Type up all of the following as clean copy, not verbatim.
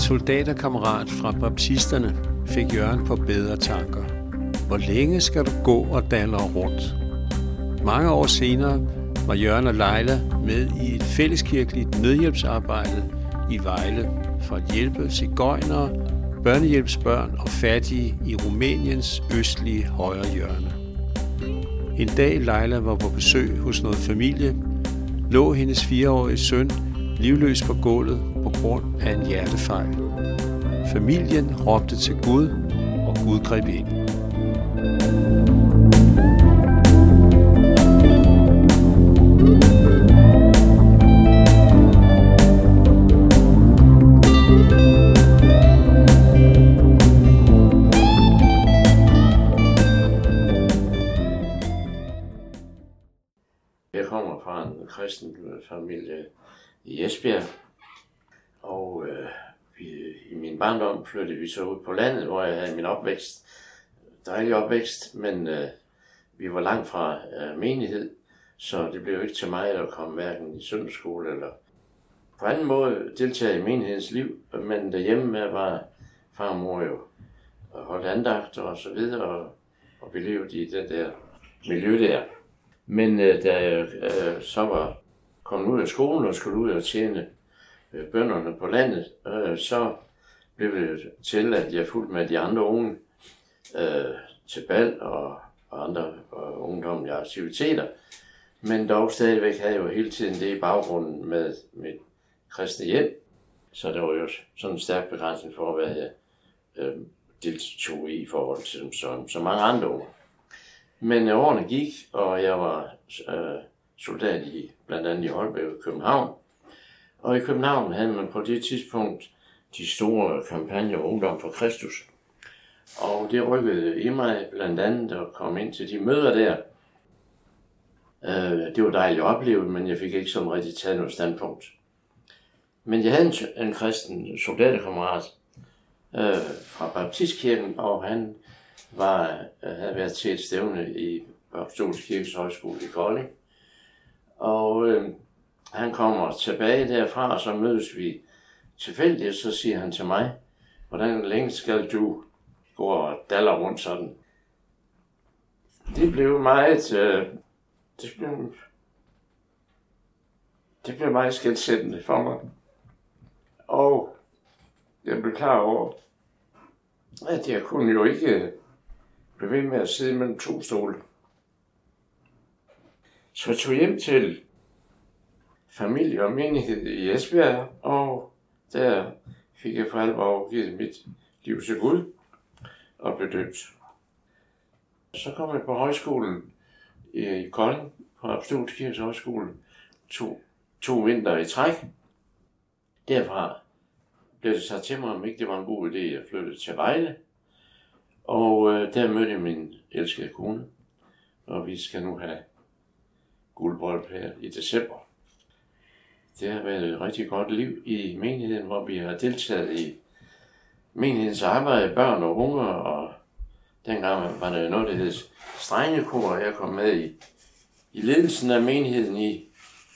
soldaterkammerat fra baptisterne fik Jørgen på bedre tanker. Hvor længe skal du gå og dalle rundt? Mange år senere var Jørgen og Leila med i et fælleskirkeligt nødhjælpsarbejde i Vejle for at hjælpe sigøjnere, børnehjælpsbørn og fattige i Rumæniens østlige højre hjørne. En dag Leila var på besøg hos noget familie, lå hendes 4-årige søn livløs på gulvet på grund af en hjertefejl. Familien råbte til Gud, og Gud greb ind. Jeg kommer fra en kristen familie i Esbjerg, og i min barndom flyttede vi så ud på landet, hvor jeg havde min opvækst. Dejlig opvækst, men vi var langt fra menighed, så det blev jo ikke til mig at komme hverken i søndagsskole eller på anden måde deltage i menighedens liv, men derhjemme var far og mor jo holdt andagt og så videre, og vi levede i det der miljø der. Men da jeg så var kommet ud af skolen og skulle ud og tjene bønderne på landet, så blev det til, at jeg fulgte med de andre unge til bal og andre ungdommelige aktiviteter. Men dog stadigvæk havde jeg jo hele tiden det i baggrunden med mit kristne hjem. Så der var jo sådan en stærk begrænsning for, hvad jeg deltog i forhold til så mange andre unge. Men årene gik, og jeg var soldat blandt andet i Holbæk og København. Og i København havde man på det tidspunkt de store kampagner Ungdom for Kristus. Og det rykkede i mig blandt andet at komme ind til de møder der. Det var dejligt at opleve, men jeg fik ikke sådan rigtig taget noget standpunkt. Men jeg havde en kristen soldaterkammerat fra Baptistkirken, og han havde været til et stævne i Apostolisk Kirkes Højskole i Kolding. Og han kommer tilbage derfra, og så mødes vi tilfældigt, så siger han til mig, hvordan længe skal du gå og dalle rundt sådan? Det blev meget, det blev meget skelsættende for mig. Og jeg blev klar over, at jeg kunne jo ikke blive ved med at sidde mellem to stole. Så jeg tog hjem til familie og menighed i Esbjerg, og der fik jeg for alvor overgivet mit liv til Gud og blev døbt. Så kom jeg på højskolen i Kolding, på Apostolisk Kirkes Højskole, to vinter i træk. Derfra blev det sagt til mig, om ikke det var en god idé at flytte til Vejle. Og der mødte jeg min elskede kone, og vi skal nu have guldbryllup her i december. Det har været et rigtig godt liv i menigheden, hvor vi har deltaget i menighedens arbejde, børn og unge, og dengang var der noget, der hed strengekor, og jeg kom med i ledelsen af menigheden i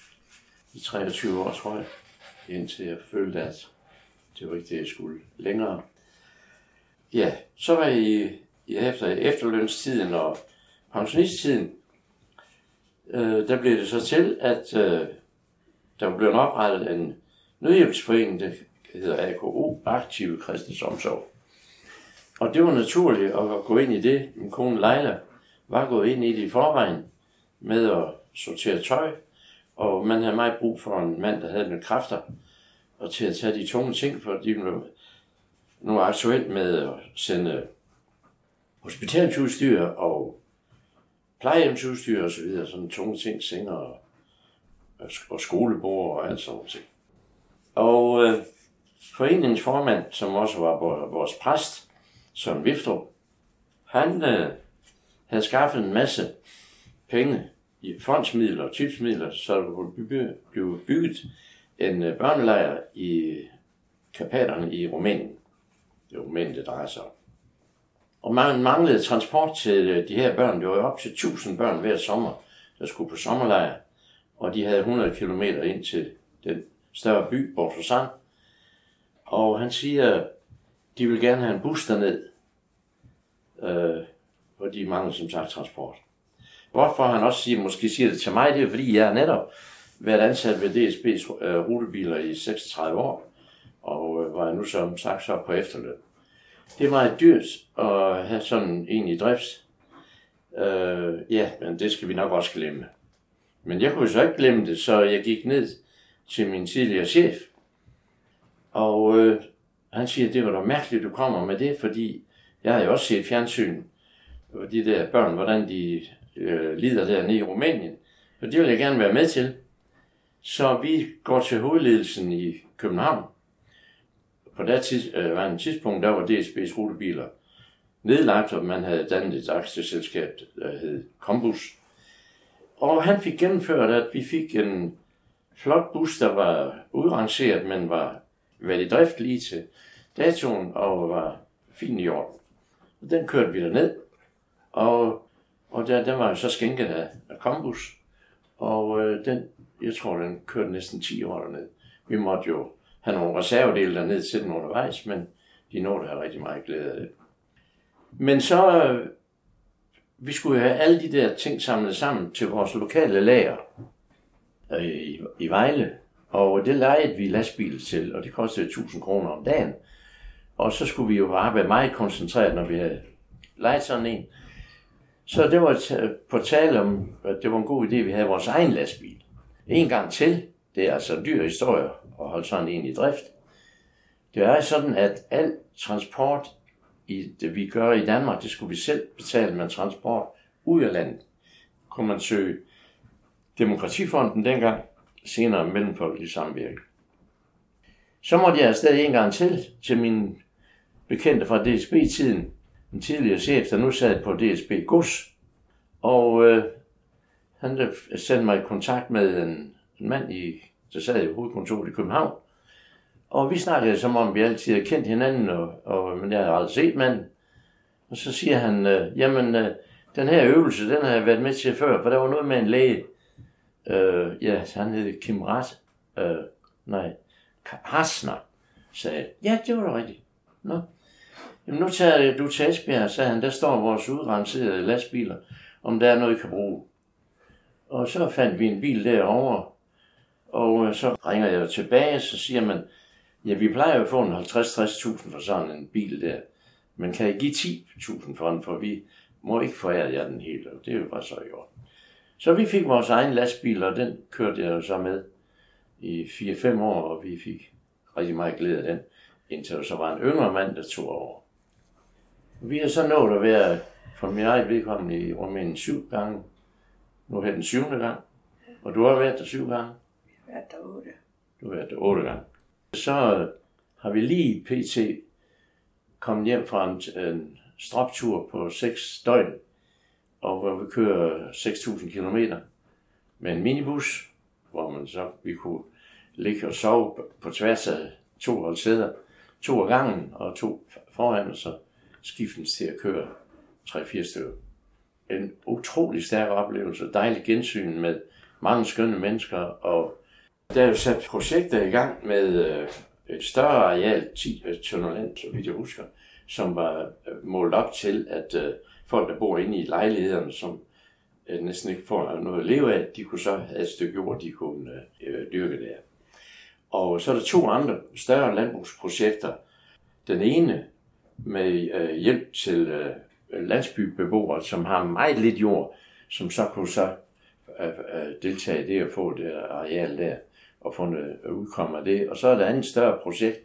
23 år, tror jeg, indtil jeg følte, at det var ikke det, jeg skulle længere. Ja, så var jeg efter efterlønstiden og pensionisttiden, der blev det så til, at der blev oprettet en nødhjælpsforening, der hedder AKO, Aktive Kristnes Omsorg. Og det var naturligt at gå ind i det. Min kone Leila var gået ind i det i forvejen med at sortere tøj, og man havde meget brug for en mand, der havde nogle kræfter, og til at tage de tunge ting, for de blev nu aktuelt med at sende hospitalsudstyr og plejehjemsudstyr og så videre, sådan tunge ting, senger og skolebord og alt sådan noget. Og foreningens formand, som også var vores præst, Søren Viftrup, han havde skaffet en masse penge i fondsmidler og tipsmidler, så der kunne blive bygget en børnelejr i Karpaterne i Rumænien. Det var Rumænien, det drejer sig om. Og man manglede transport til de her børn. Det var jo op til 1000 børn hver sommer, der skulle på sommerlejr. Og de havde 100 kilometer ind til den større by, Bortosán. Og han siger, de vil gerne have en bus derned, hvor de mangler som sagt transport. Hvorfor han også måske siger det til mig, det er fordi jeg har netop været ansat ved DSB's rutebiler i 36 år, og var nu som sagt så på efterløn. Det er meget dyrt at have sådan en i drift. Ja, men det skal vi nok også glemme. Men jeg kunne så ikke glemme det, så jeg gik ned til min tidligere chef. Og han siger, det var da mærkeligt, du kommer med det, fordi jeg har jo også set fjernsyn, og de der børn, hvordan de lider dernede i Rumænien. Og det vil jeg gerne være med til. Så vi går til hovedledelsen i København. På det tidspunkt, der var DSB's rutebiler nedlagt, og man havde dannet et aktieselskab, der hed Combus. Og han fik gennemført, at vi fik en flot bus, der var udrangeret, men var været i drift lige til datoen og var fin i orden. Og den kørte vi derned, og den var jo så skænket af Combus, og jeg tror, den kørte næsten 10 år derned. Vi måtte jo have nogle reservedele derned til den undervejs, men de nåede at have rigtig meget glæde af det. Men så, vi skulle have alle de der ting samlet sammen til vores lokale lager i Vejle, og det lejede vi lastbil til, og det kostede 1.000 kroner om dagen. Og så skulle vi jo bare være meget koncentreret, når vi havde lejet sådan en. Så det var på tale om, at det var en god idé, at vi havde vores egen lastbil. En gang til, det er altså en dyr historie at holde sådan en i drift. Det er sådan, at al transport, det vi gør i Danmark, det skulle vi selv betale med transport ud af landet. Kunne man søge Demokratifonden dengang, senere Mellemfolkelig Samvirke. Så måtte jeg afsted en gang til min bekendte fra DSB-tiden, en tidligere chef, der nu sad på DSB Gods. Og han sendte mig i kontakt med en mand, der sad i hovedkontoret i København. Og vi snakkede som om, vi altid havde kendt hinanden, men jeg havde aldrig set manden. Og så siger han, den her øvelse, den har jeg været med til før, for der var noget med en læge. Han hed Kim Harsner, sagde. Ja, det var da rigtigt. Nå. Jamen nu tager du til Esbjerg, sagde han, der står vores udrangerede lastbiler, om der er noget, I kan bruge. Og så fandt vi en bil derovre, og så ringer jeg tilbage, så siger man, ja, vi plejer jo at få en 50-60.000 for sådan en bil der, men kan I give 10.000 for den, for vi må ikke forære jer den helt, og det er jo bare så i år. Så vi fik vores egen lastbil, og den kørte jeg jo så med i 4-5 år, og vi fik rigtig meget glæde af den, indtil der så var en yngre mand, der tog over. Vi har så nået at være, for min egen vedkommende, i Rumænien 7 gange. Nu er det den 7. gang, og du har været der 7 gange. Jeg har været der 8. Du har været der 8 gange. Så har vi lige pt. Kommet hjem fra en stroptur på 6 døgn, og hvor vi kører 6.000 kilometer med en minibus, hvor vi kunne ligge og sove på tværs af 2 holdsæder, 2 af gangen og 2 foran, og så skiftes til at køre 3-4 stykker. En utrolig stærk oplevelse, dejlig gensyn med mange skønne mennesker, og der er jo sat projekter i gang med et større areal, 10 tønder land, så vidt jeg husker, som var målt op til, at folk, der bor inde i lejlighederne, som næsten ikke får noget at leve af, de kunne så have et stykke jord, de kunne dyrke der. Og så er der 2 andre større landbrugsprojekter. Den ene med hjælp til landsbybeboere, som har meget lidt jord, som så kunne deltage i det og få det areal der og få noget udkomme af det. Og så er der andet større projekt,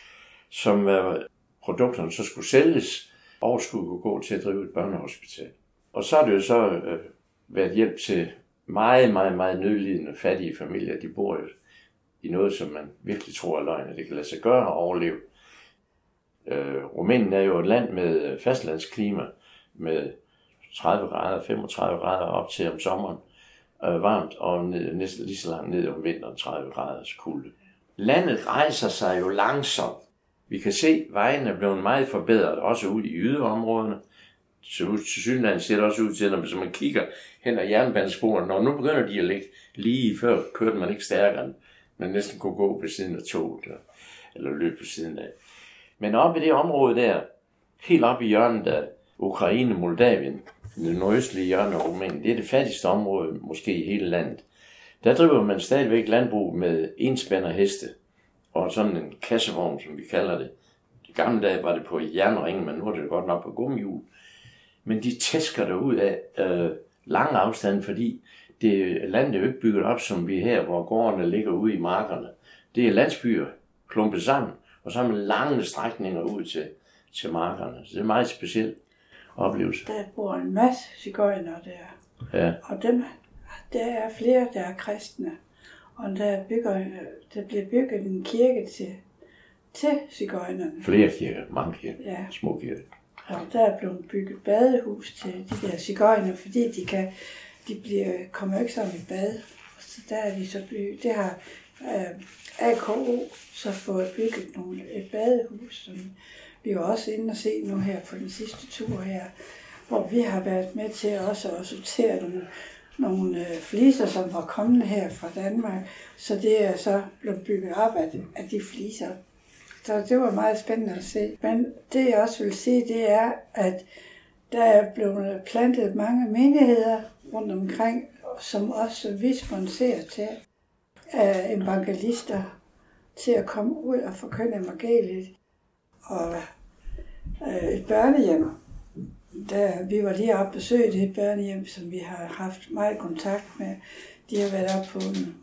som produkterne så skulle sælges, og skulle gå til at drive et børnehospital. Og så er det jo så været hjælp til meget, meget, meget nødlidende fattige familier. De bor jo i noget, som man virkelig tror er løgn, at det kan lade sig gøre og overleve. Rumænien er jo et land med fastlandsklima, med 30 grader, 35 grader op til om sommeren varmt, og næsten lige så langt ned om vinteren 30 graders kulde. Landet rejser sig jo langsomt. Vi kan se, at vejen er blevet meget forbedret, også ude i yderområderne. Til Sydland ser det også ud til, når man kigger hen ad jernbanesporene, når nu begynder de at ligge lige før, kørte man ikke stærkere, man næsten kunne gå ved siden af toget. eller løb på siden af. Men oppe i det område der, helt oppe i hjørnet af Ukraine, Moldavien, det nordøstlige hjørne af Rumænien, det er det fattigste område måske i hele landet. Der driver man stadigvæk landbrug med enspænder heste og sådan en kassevogn, som vi kalder det. I gamle dage var det på jernringen, men nu er det godt nok på gummihjul. Men de tæsker derud af lang afstand, fordi landet er jo ikke bygget op som vi her, hvor gårdene ligger ude i markerne. Det er landsbyer klumpet sammen, og så har man lange strækninger ud til markerne. Så det er en meget speciel oplevelse. Der bor en masse sigøjnere der. Ja. Og der er flere, der er kristne. Og der bliver bygget en kirke til sigøjnerne. Flere kirker, mange kirker, ja. Små kirker. Og der er blevet bygget badehus til de der sigøjnere, fordi kommer ikke sådan i bad. Så der er de så bygget. Det har AKO så fået bygget et badehus, som vi var også inde og se nu her på den sidste tur her, hvor vi har været med til også at sortere nogle fliser, som var kommet her fra Danmark. Så det er så blevet bygget op af de fliser. Så det var meget spændende at se. Men det jeg også vil sige, det er, at der er blevet plantet mange menigheder rundt omkring, som også vi sponsorer til af evangelister til at komme ud og forkynde evangeliet. Og et børnehjem. Vi var lige oppe og besøge det børnehjem, som vi har haft meget kontakt med. De har været oppe på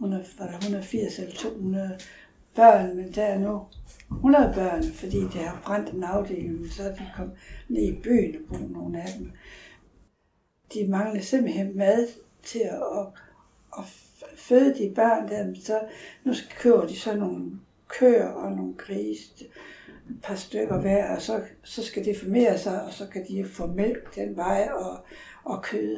180 eller 200 børn, men der er nu 100 børn, fordi det har brændt en afdeling, men så er de kommet ned i byen og boet nogle af dem. De mangler simpelthen mad til at føde de børn der, så nu køber de så nogle køer og nogle grise, et par stykker hver, og så skal det formere sig, og så kan de få mælk den vej og kød.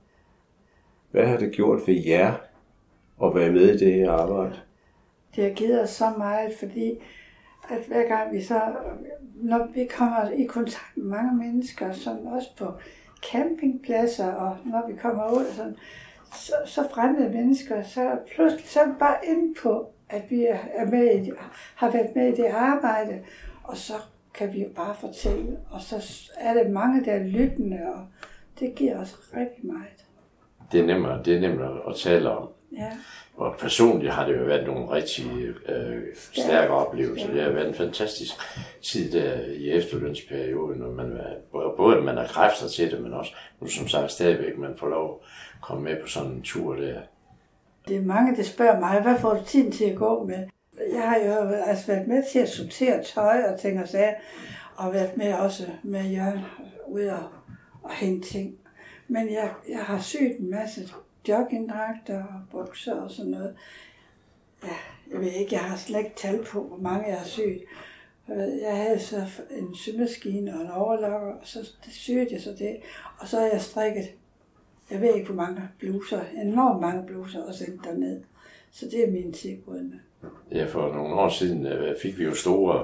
Hvad har det gjort ved jer at være med i det her arbejde? Det har givet os så meget, fordi at hver gang når vi kommer i kontakt med mange mennesker, som også på campingpladser, og når vi kommer ud, sådan, så fremmede mennesker, så pludselig så er vi bare inde på, at vi har været med i det arbejde, og så kan vi jo bare fortælle, og så er det mange, der er lyttende, og det giver os rigtig meget. Det er nemmere at tale om. Ja. Og personligt har det jo været nogle rigtig stærke oplevelser. Det har været en fantastisk tid der i efterlønsperioden, og både at man har kræfter til det, men også nu som sagt stadigvæk, man får lov at komme med på sådan en tur der. Det er mange, der spørger mig, hvad får du tiden til at gå med? Jeg har jo altså været med til at sortere tøj og ting og sager, og været med også med Jørgen ude og hente ting. Men jeg har syet en masse joggingdragter og bukser og sådan noget. Ja, jeg ved ikke, jeg har slet ikke tal på, hvor mange jeg har syet. Jeg havde så en symaskine og en overlokker, og så syede jeg så det. Og så har jeg strikket, jeg ved ikke hvor mange bluser, enormt mange bluser, og sendt derned. Så det er min tilbud med. Ja, for nogle år siden fik vi jo store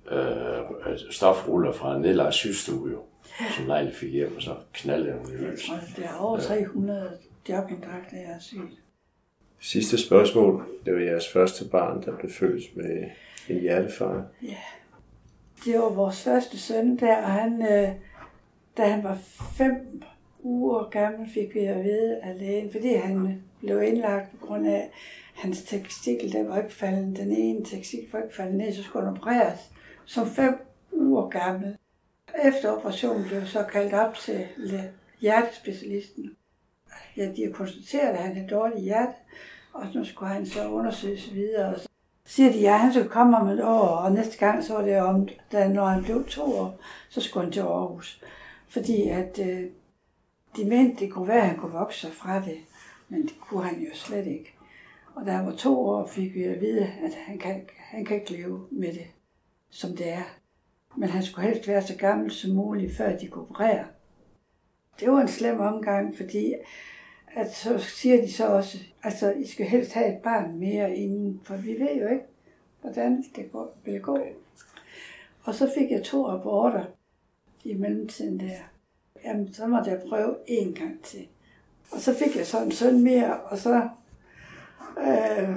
stofruller fra en nedlagt sygestue, som Leila fik hjem, og så knaldede hun i løs. Det er over 300 joggingdragter, jeg har syet. Sidste spørgsmål. Det var jeres første barn, der blev født med en hjertefejl. Ja, det var vores første søn der, og han, da han var 5 uger gammel, fik vi at vide af lægen, fordi han blev indlagt på grund af, hans testikel, der var ikke faldet, den ene testikel var ikke faldet ned, så skulle han opereres som 5 uger gammel. Efter operationen blev så kaldt op til hjertespecialisten. Ja, de har konstateret, at han har dårligt hjerte, og nu skulle han så undersøges videre. Og så siger de, ja, han skulle komme om et år, og næste gang så var det om, når han blev 2 år, så skulle han til Aarhus. Fordi at de mente, det kunne være, at han kunne vokse fra det, men det kunne han jo slet ikke. Og da han var 2 år, fik vi at vide, at han kan ikke leve med det, som det er. Men han skulle helst være så gammel som muligt, før de kunne operere. Det var en slem omgang, fordi at så siger de så også, altså I skal helst have et barn mere inden, for vi ved jo ikke, hvordan det vil gå. Og så fik jeg 2 aborter i mellemtiden der. Jamen, så måtte jeg prøve 1 gang til. Og så fik jeg så en søn mere, og så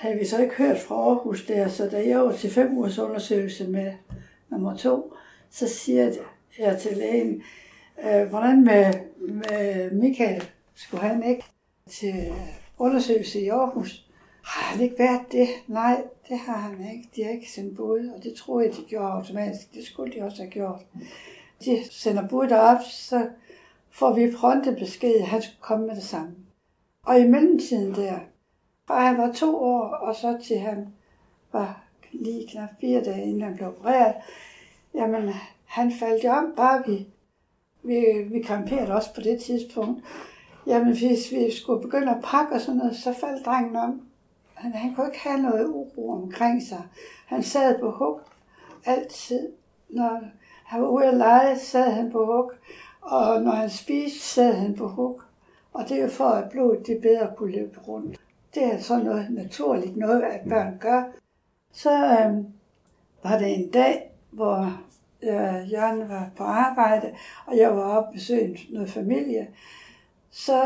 havde vi så ikke hørt fra Aarhus der, så da jeg var til 5 ugers undersøgelse med nummer 2, så siger jeg til lægen, hvordan med Michael, skulle han ikke til undersøgelse i Aarhus? Har han ikke været det? Nej, det har han ikke. De har ikke sendt bud, og det troede jeg, de gjorde automatisk. Det skulle de også have gjort. De sender bud derop, så får vi pronte besked, at han skulle komme med det samme. Og i mellemtiden der, fra han var 2 år, og så til han var lige knap 4 dage, inden han blev opereret, jamen, han faldt jo om, bare vi camperede også på det tidspunkt. Jamen, hvis vi skulle begynde at pakke og sådan noget, så faldt drengen om. Han kunne ikke have noget uro omkring sig. Han sad på hug altid. Når han var ude at lege, sad han på hug. Og når han spiste, sad han på hug. Og det er jo for, at blodet det bedre kunne løbe rundt. Det er sådan noget naturligt, noget at børn gør. Så var det en dag, hvor Jørgen var på arbejde, og jeg var oppe og besøge noget familie. Så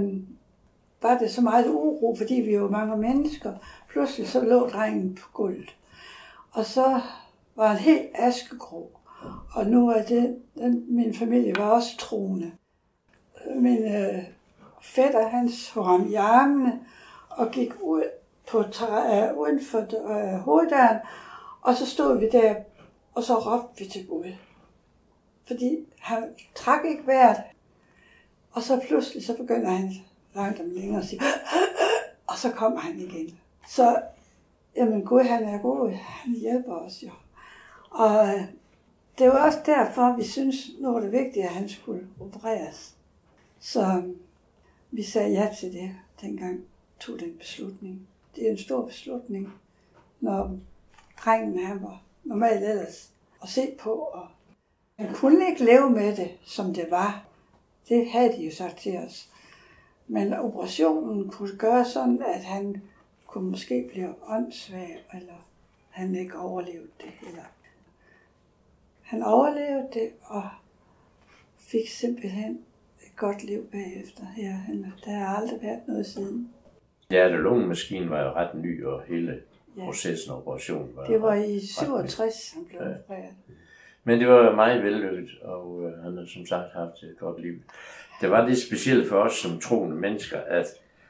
var det så meget uro, fordi vi var mange mennesker. Pludselig så lå drengen på gulvet. Og så var han helt askegrå. Og nu er min familie var også troende. Min fætter, han så ham i armene og gik ud uden for hoveddøren. Og så stod vi der, og så råbte vi til Gud. Fordi han trak ikke vejret. Og så pludselig så begynder han langt om længere at sige, og så kommer han igen. Så, jamen Gud, han er god, han hjælper os jo. Og det var også derfor, vi synes, nu var det vigtigt, at han skulle opereres. Så vi sagde ja til det, dengang tog den beslutning. Det er en stor beslutning, når drengen han var normalt ellers at se på. Og han kunne ikke leve med det, som det var. Det havde de jo sagt til os. Men operationen kunne gøre sådan, at han kunne måske blive åndssvag, eller han ikke overlevede det. Eller han overlevede det, og fik simpelthen et godt liv bagefter. Ja, der har aldrig været noget siden. Ja, lungemaskinen var jo ret ny, og hele processen og operationen var. Det var i 67, han blev opereret. Men det var meget vellykket, og han har som sagt haft et godt liv. Det var lidt specielt for os som troende mennesker, at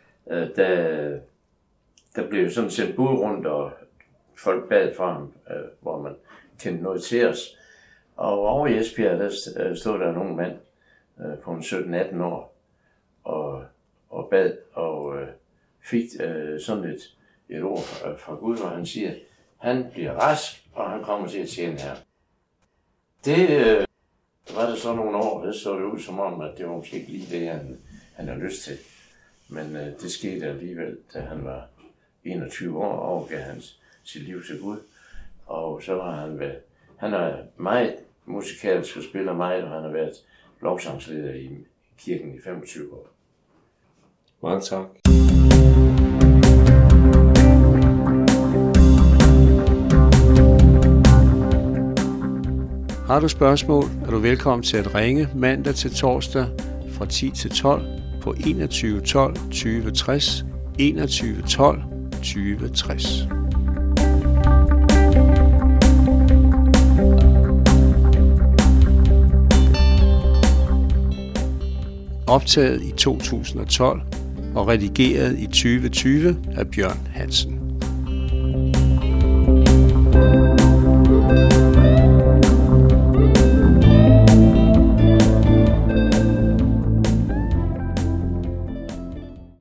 der blev sådan sendt bud rundt, og folk bad for ham, hvor man kendte noget til os. Og over i Esbjerg, der stod der nogle mand på en 17-18 år, og bad, og fik sådan et ord fra Gud, hvor han siger, han bliver rask, og han kommer til at tjene her. Det var det så nogle år, det så det ud som om, at det var måske ikke lige det, han havde lyst til. Men det skete alligevel, da han var 21 år og overgav sit liv til Gud. Og så var han er meget musikalsk og spiller meget, og han har været lovsangsleder i kirken i 25 år. Mange tak. Har du spørgsmål, er du velkommen til at ringe mandag til torsdag fra 10 til 12 på 21 12 20 60, 21 12 20 60. Optaget i 2012 og redigeret i 2020 af Bjørn Hansen.